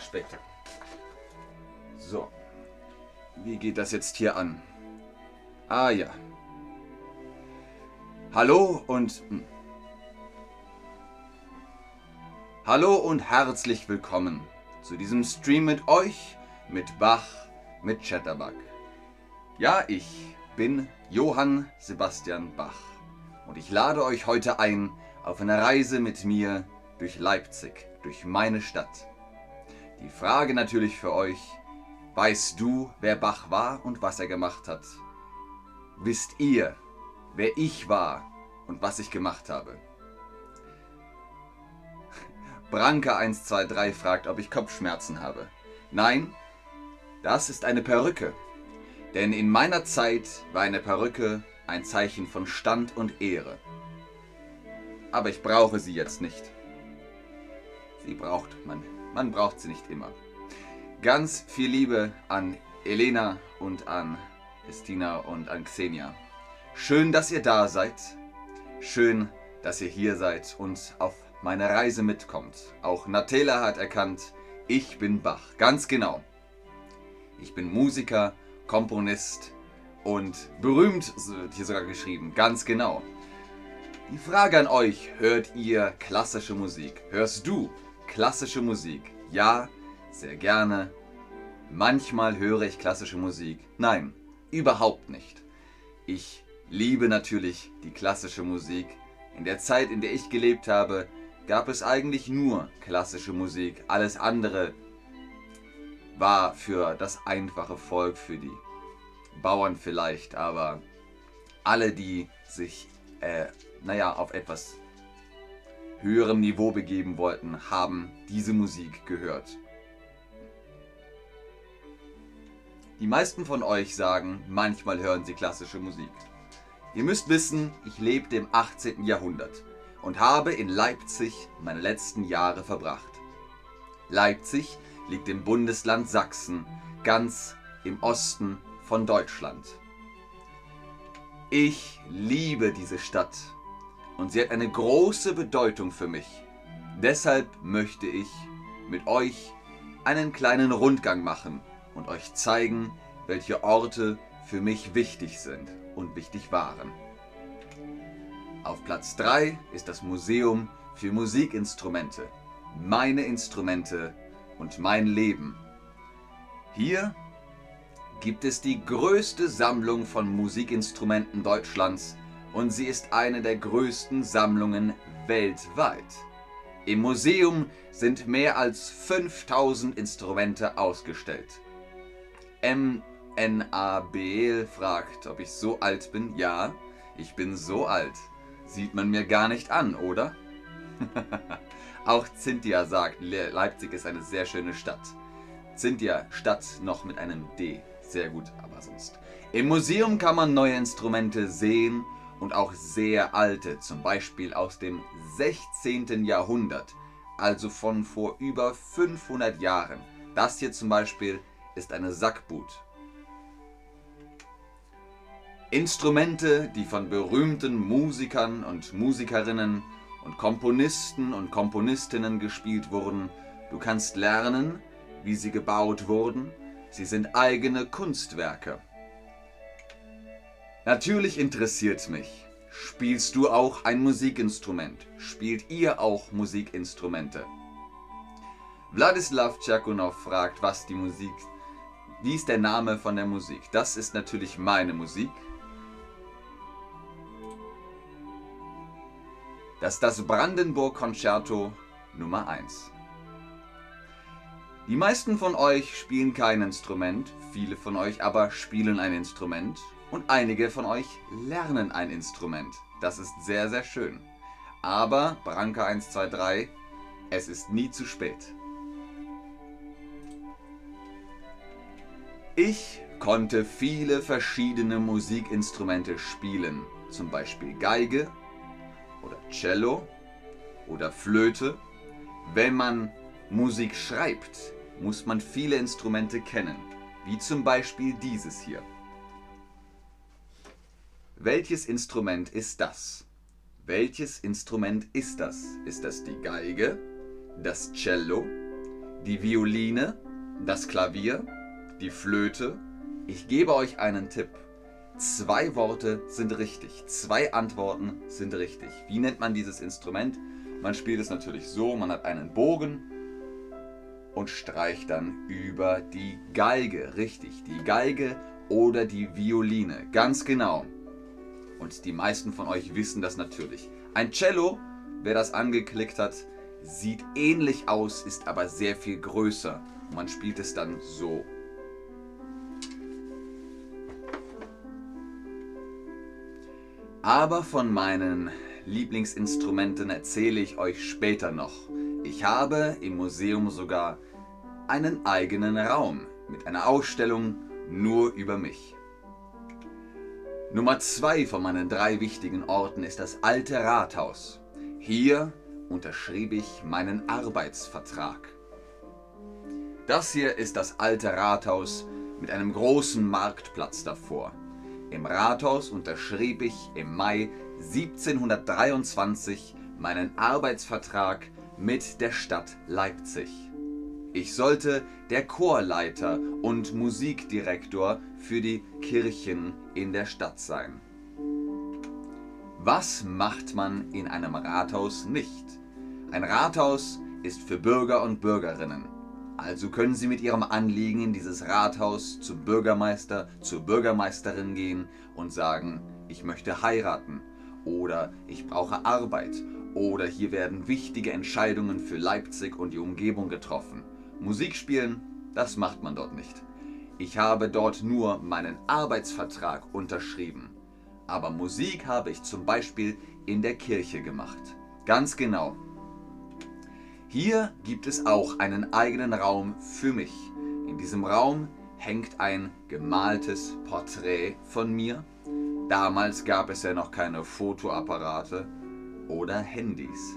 Waschbecken. So, wie geht das jetzt hier an? Ah ja. Hallo und herzlich willkommen zu diesem Stream mit euch, mit Bach, mit Chatterbug. Ja, ich bin Johann Sebastian Bach und ich lade euch heute ein auf eine Reise mit mir durch Leipzig, durch meine Stadt. Die Frage natürlich für euch: Weißt du, wer Bach war und was er gemacht hat? Wisst ihr, wer ich war und was ich gemacht habe? Branka123 fragt, ob ich Kopfschmerzen habe. Nein, das ist eine Perücke. Denn in meiner Zeit war eine Perücke ein Zeichen von Stand und Ehre. Aber ich brauche sie jetzt nicht. Man braucht sie nicht immer. Ganz viel Liebe an Elena und an Christina und an Xenia. Schön, dass ihr da seid. Schön, dass ihr hier seid und auf meine Reise mitkommt. Auch Natela hat erkannt, ich bin Bach. Ganz genau. Ich bin Musiker, Komponist und berühmt, wird hier sogar geschrieben. Ganz genau. Die Frage an euch: Hört ihr klassische Musik? Hörst du klassische Musik? Ja, sehr gerne. Manchmal höre ich klassische Musik. Nein, überhaupt nicht. Ich liebe natürlich die klassische Musik. In der Zeit, in der ich gelebt habe, gab es eigentlich nur klassische Musik. Alles andere war für das einfache Volk, für die Bauern vielleicht, aber alle, die sich auf etwas höherem Niveau begeben wollten, haben diese Musik gehört. Die meisten von euch sagen, manchmal hören sie klassische Musik. Ihr müsst wissen, ich lebte im 18. Jahrhundert und habe in Leipzig meine letzten Jahre verbracht. Leipzig liegt im Bundesland Sachsen, ganz im Osten von Deutschland. Ich liebe diese Stadt und sie hat eine große Bedeutung für mich. Deshalb möchte ich mit euch einen kleinen Rundgang machen und euch zeigen, welche Orte für mich wichtig sind und wichtig waren. Auf Platz 3 ist das Museum für Musikinstrumente. Meine Instrumente und mein Leben. Hier gibt es die größte Sammlung von Musikinstrumenten Deutschlands und sie ist eine der größten Sammlungen weltweit. Im Museum sind mehr als 5000 Instrumente ausgestellt. MNABL fragt, ob ich so alt bin. Ja, ich bin so alt. Sieht man mir gar nicht an, oder? Auch Cynthia sagt, Leipzig ist eine sehr schöne Stadt. Cynthia, Stadt noch mit einem D. Sehr gut, aber sonst. Im Museum kann man neue Instrumente sehen und auch sehr alte, zum Beispiel aus dem 16. Jahrhundert, also von vor über 500 Jahren. Das hier zum Beispiel ist eine Sackbut. Instrumente, die von berühmten Musikern und Musikerinnen und Komponisten und Komponistinnen gespielt wurden. Du kannst lernen, wie sie gebaut wurden. Sie sind eigene Kunstwerke. Natürlich interessiert mich: Spielst du auch ein Musikinstrument? Spielt ihr auch Musikinstrumente? Wladislav Tschakunov fragt, wie ist der Name von der Musik? Das ist natürlich meine Musik. Das ist das Brandenburg Concerto Nummer 1. Die meisten von euch spielen kein Instrument, viele von euch aber spielen ein Instrument und einige von euch lernen ein Instrument. Das ist sehr, sehr schön. Aber, Branka123, es ist nie zu spät. Ich konnte viele verschiedene Musikinstrumente spielen, zum Beispiel Geige oder Cello oder Flöte. Wenn man Musik schreibt, muss man viele Instrumente kennen, wie zum Beispiel dieses hier. Welches Instrument ist das? Welches Instrument ist das? Ist das die Geige, das Cello, die Violine, das Klavier, die Flöte. Ich gebe euch einen Tipp. 2 Worte sind richtig, 2 Antworten sind richtig. Wie nennt man dieses Instrument? Man spielt es natürlich so, man hat einen Bogen und streicht dann über die Geige. Richtig, die Geige oder die Violine, ganz genau. Und die meisten von euch wissen das natürlich. Ein Cello, wer das angeklickt hat, sieht ähnlich aus, ist aber sehr viel größer. Und man spielt es dann so. Aber von meinen Lieblingsinstrumenten erzähle ich euch später noch. Ich habe im Museum sogar einen eigenen Raum mit einer Ausstellung nur über mich. Nummer 2 von meinen 3 wichtigen Orten ist das Alte Rathaus. Hier unterschrieb ich meinen Arbeitsvertrag. Das hier ist das Alte Rathaus mit einem großen Marktplatz davor. Im Rathaus unterschrieb ich im Mai 1723 meinen Arbeitsvertrag mit der Stadt Leipzig. Ich sollte der Chorleiter und Musikdirektor für die Kirchen in der Stadt sein. Was macht man in einem Rathaus nicht? Ein Rathaus ist für Bürger und Bürgerinnen. Also können Sie mit Ihrem Anliegen in dieses Rathaus zum Bürgermeister, zur Bürgermeisterin gehen und sagen, ich möchte heiraten oder ich brauche Arbeit oder hier werden wichtige Entscheidungen für Leipzig und die Umgebung getroffen. Musik spielen, das macht man dort nicht. Ich habe dort nur meinen Arbeitsvertrag unterschrieben. Aber Musik habe ich zum Beispiel in der Kirche gemacht. Ganz genau. Hier gibt es auch einen eigenen Raum für mich. In diesem Raum hängt ein gemaltes Porträt von mir. Damals gab es ja noch keine Fotoapparate oder Handys.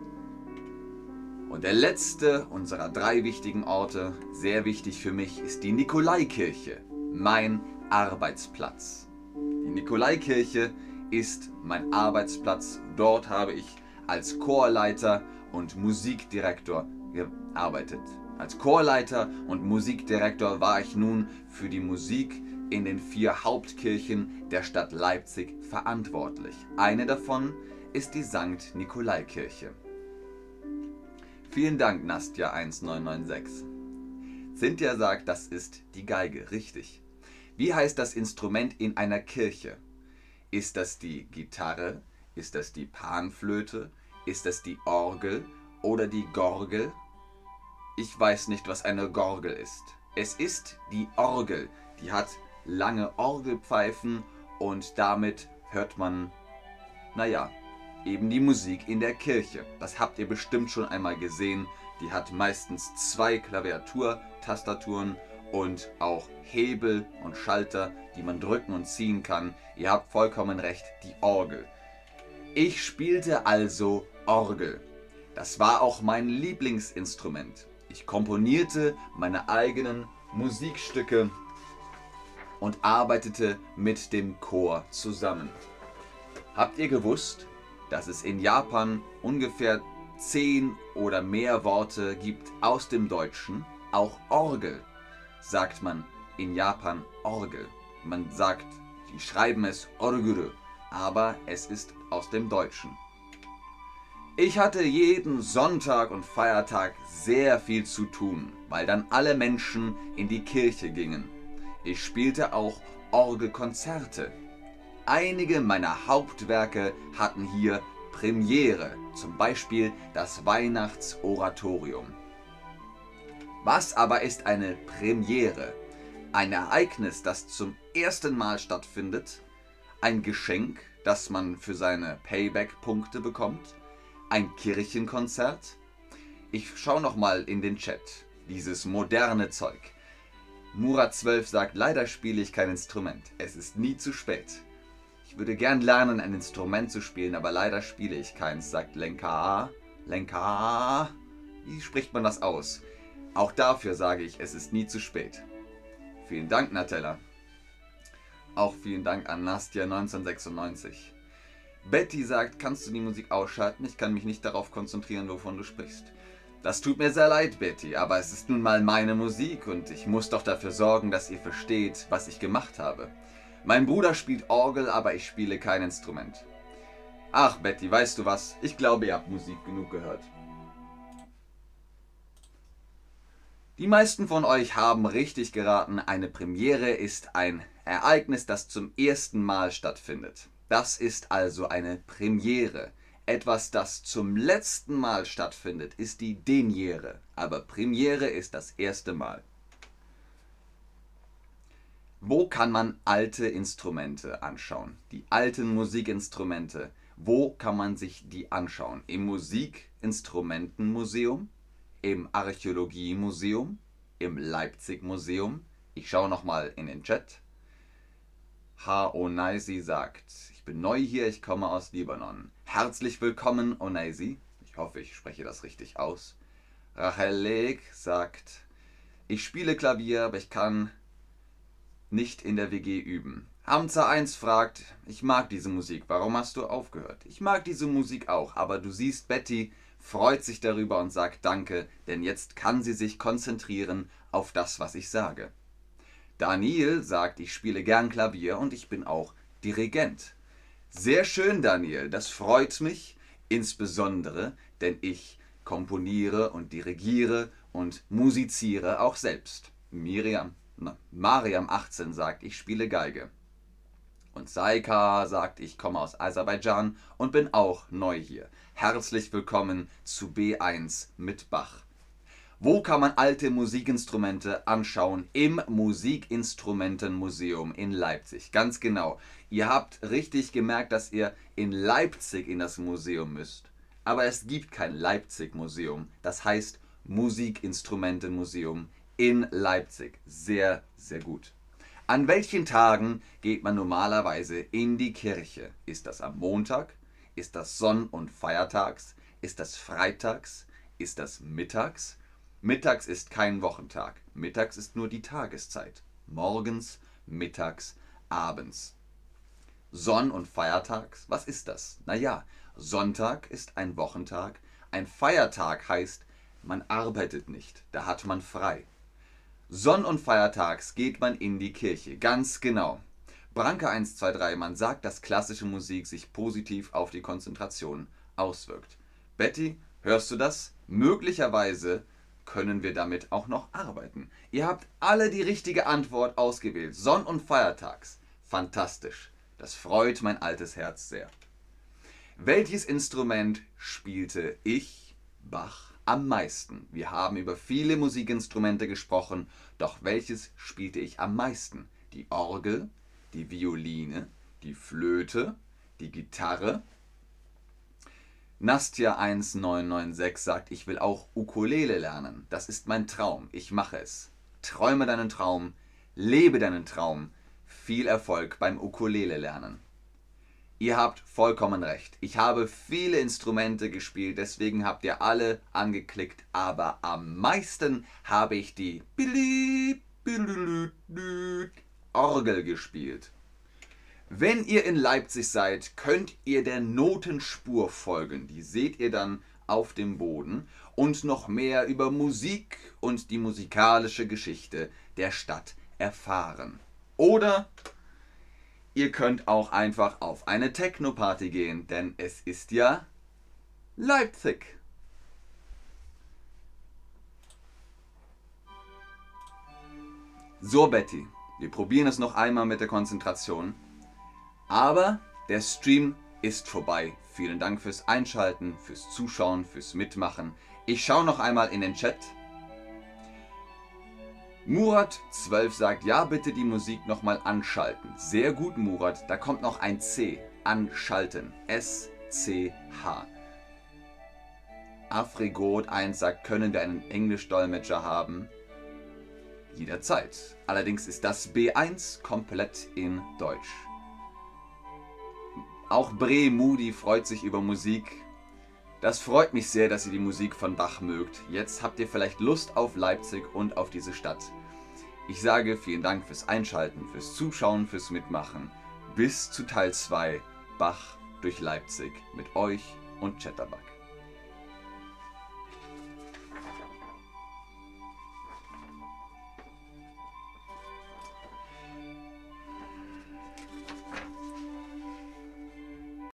Und der letzte unserer 3 wichtigen Orte, sehr wichtig für mich, ist die Nikolaikirche, mein Arbeitsplatz. Die Nikolaikirche ist mein Arbeitsplatz. Dort habe ich als Chorleiter und Musikdirektor gearbeitet. Als Chorleiter und Musikdirektor war ich nun für die Musik in den 4 Hauptkirchen der Stadt Leipzig verantwortlich. Eine davon ist die Sankt Nikolaikirche. Vielen Dank, Nastja 1996. Cynthia sagt, das ist die Geige. Richtig. Wie heißt das Instrument in einer Kirche? Ist das die Gitarre? Ist das die Panflöte? Ist das die Orgel oder die Gorgel? Ich weiß nicht, was eine Gorgel ist. Es ist die Orgel. Die hat lange Orgelpfeifen und damit hört man, naja, eben die Musik in der Kirche. Das habt ihr bestimmt schon einmal gesehen. Die hat meistens 2 Klaviaturtastaturen und auch Hebel und Schalter, die man drücken und ziehen kann. Ihr habt vollkommen recht, die Orgel. Ich spielte also Orgel. Das war auch mein Lieblingsinstrument. Ich komponierte meine eigenen Musikstücke und arbeitete mit dem Chor zusammen. Habt ihr gewusst, dass es in Japan ungefähr 10 oder mehr Worte gibt aus dem Deutschen? Auch Orgel sagt man in Japan Orgel. Man sagt, die schreiben es Orguru, aber es ist aus dem Deutschen. Ich hatte jeden Sonntag und Feiertag sehr viel zu tun, weil dann alle Menschen in die Kirche gingen. Ich spielte auch Orgelkonzerte. Einige meiner Hauptwerke hatten hier Premiere, zum Beispiel das Weihnachtsoratorium. Was aber ist eine Premiere? Ein Ereignis, das zum ersten Mal stattfindet, ein Geschenk, das man für seine Payback-Punkte bekommt, ein Kirchenkonzert. Ich schaue nochmal in den Chat, dieses moderne Zeug. Murat12 sagt, leider spiele ich kein Instrument, es ist nie zu spät. Ich würde gern lernen, ein Instrument zu spielen, aber leider spiele ich keins, sagt Lenka. Lenka, wie spricht man das aus? Auch dafür sage ich, es ist nie zu spät. Vielen Dank, Natella. Auch vielen Dank an Nastja 1996. Betty sagt, kannst du die Musik ausschalten? Ich kann mich nicht darauf konzentrieren, wovon du sprichst. Das tut mir sehr leid, Betty, aber es ist nun mal meine Musik und ich muss doch dafür sorgen, dass ihr versteht, was ich gemacht habe. Mein Bruder spielt Orgel, aber ich spiele kein Instrument. Ach, Betty, weißt du was? Ich glaube, ihr habt Musik genug gehört. Die meisten von euch haben richtig geraten, eine Premiere ist ein Ereignis, das zum ersten Mal stattfindet. Das ist also eine Premiere. Etwas, das zum letzten Mal stattfindet, ist die Deniere, aber Premiere ist das erste Mal. Wo kann man alte Instrumente anschauen? Die alten Musikinstrumente. Wo kann man sich die anschauen? Im Musikinstrumentenmuseum? Im Archäologiemuseum? Im Leipzig-Museum? Ich schaue nochmal in den Chat. Onaisi sagt, ich bin neu hier, ich komme aus Libanon. Herzlich willkommen, Onaisi. Ich hoffe, ich spreche das richtig aus. Rachel Leg sagt, ich spiele Klavier, aber ich kann nicht in der WG üben. Hamza 1 fragt, ich mag diese Musik, warum hast du aufgehört? Ich mag diese Musik auch, aber du siehst, Betty freut sich darüber und sagt Danke, denn jetzt kann sie sich konzentrieren auf das, was ich sage. Daniel sagt, ich spiele gern Klavier und ich bin auch Dirigent. Sehr schön, Daniel, das freut mich, insbesondere, denn ich komponiere und dirigiere und musiziere auch selbst. Mariam 18 sagt, ich spiele Geige. Und Saika sagt, ich komme aus Aserbaidschan und bin auch neu hier. Herzlich willkommen zu B1 mit Bach. Wo kann man alte Musikinstrumente anschauen? Im Musikinstrumentenmuseum in Leipzig. Ganz genau. Ihr habt richtig gemerkt, dass ihr in Leipzig in das Museum müsst. Aber es gibt kein Leipzig-Museum. Das heißt Musikinstrumentenmuseum in Leipzig. Sehr, sehr gut. An welchen Tagen geht man normalerweise in die Kirche? Ist das am Montag? Ist das Sonn- und Feiertags? Ist das freitags? Ist das mittags? Mittags ist kein Wochentag. Mittags ist nur die Tageszeit. Morgens, mittags, abends. Sonn- und Feiertags, was ist das? Naja, Sonntag ist ein Wochentag. Ein Feiertag heißt, man arbeitet nicht, da hat man frei. Sonn- und Feiertags geht man in die Kirche, ganz genau. Branke 123, man sagt, dass klassische Musik sich positiv auf die Konzentration auswirkt. Betty, hörst du das? Möglicherweise können wir damit auch noch arbeiten. Ihr habt alle die richtige Antwort ausgewählt. Sonn- und Feiertags. Fantastisch. Das freut mein altes Herz sehr. Welches Instrument spielte ich, Bach, am meisten? Wir haben über viele Musikinstrumente gesprochen, doch welches spielte ich am meisten? Die Orgel, die Violine, die Flöte, die Gitarre? Nastja 1996 sagt, ich will auch Ukulele lernen. Das ist mein Traum. Ich mache es. Träume deinen Traum, lebe deinen Traum. Viel Erfolg beim Ukulele lernen. Ihr habt vollkommen recht. Ich habe viele Instrumente gespielt, deswegen habt ihr alle angeklickt, aber am meisten habe ich die Orgel gespielt. Wenn ihr in Leipzig seid, könnt ihr der Notenspur folgen. Die seht ihr dann auf dem Boden und noch mehr über Musik und die musikalische Geschichte der Stadt erfahren. Oder ihr könnt auch einfach auf eine Techno-Party gehen, denn es ist ja Leipzig. So, Betty, wir probieren es noch einmal mit der Konzentration. Aber der Stream ist vorbei. Vielen Dank fürs Einschalten, fürs Zuschauen, fürs Mitmachen. Ich schaue noch einmal in den Chat. Murat12 sagt, ja, bitte die Musik nochmal anschalten. Sehr gut, Murat. Da kommt noch ein C. Anschalten. S-C-H. Afrigot 1 sagt, können wir einen Englisch-Dolmetscher haben? Jederzeit. Allerdings ist das B1 komplett in Deutsch. Auch Bre Moody freut sich über Musik. Das freut mich sehr, dass ihr die Musik von Bach mögt. Jetzt habt ihr vielleicht Lust auf Leipzig und auf diese Stadt. Ich sage vielen Dank fürs Einschalten, fürs Zuschauen, fürs Mitmachen. Bis zu Teil 2 Bach durch Leipzig mit euch und Chatterbug.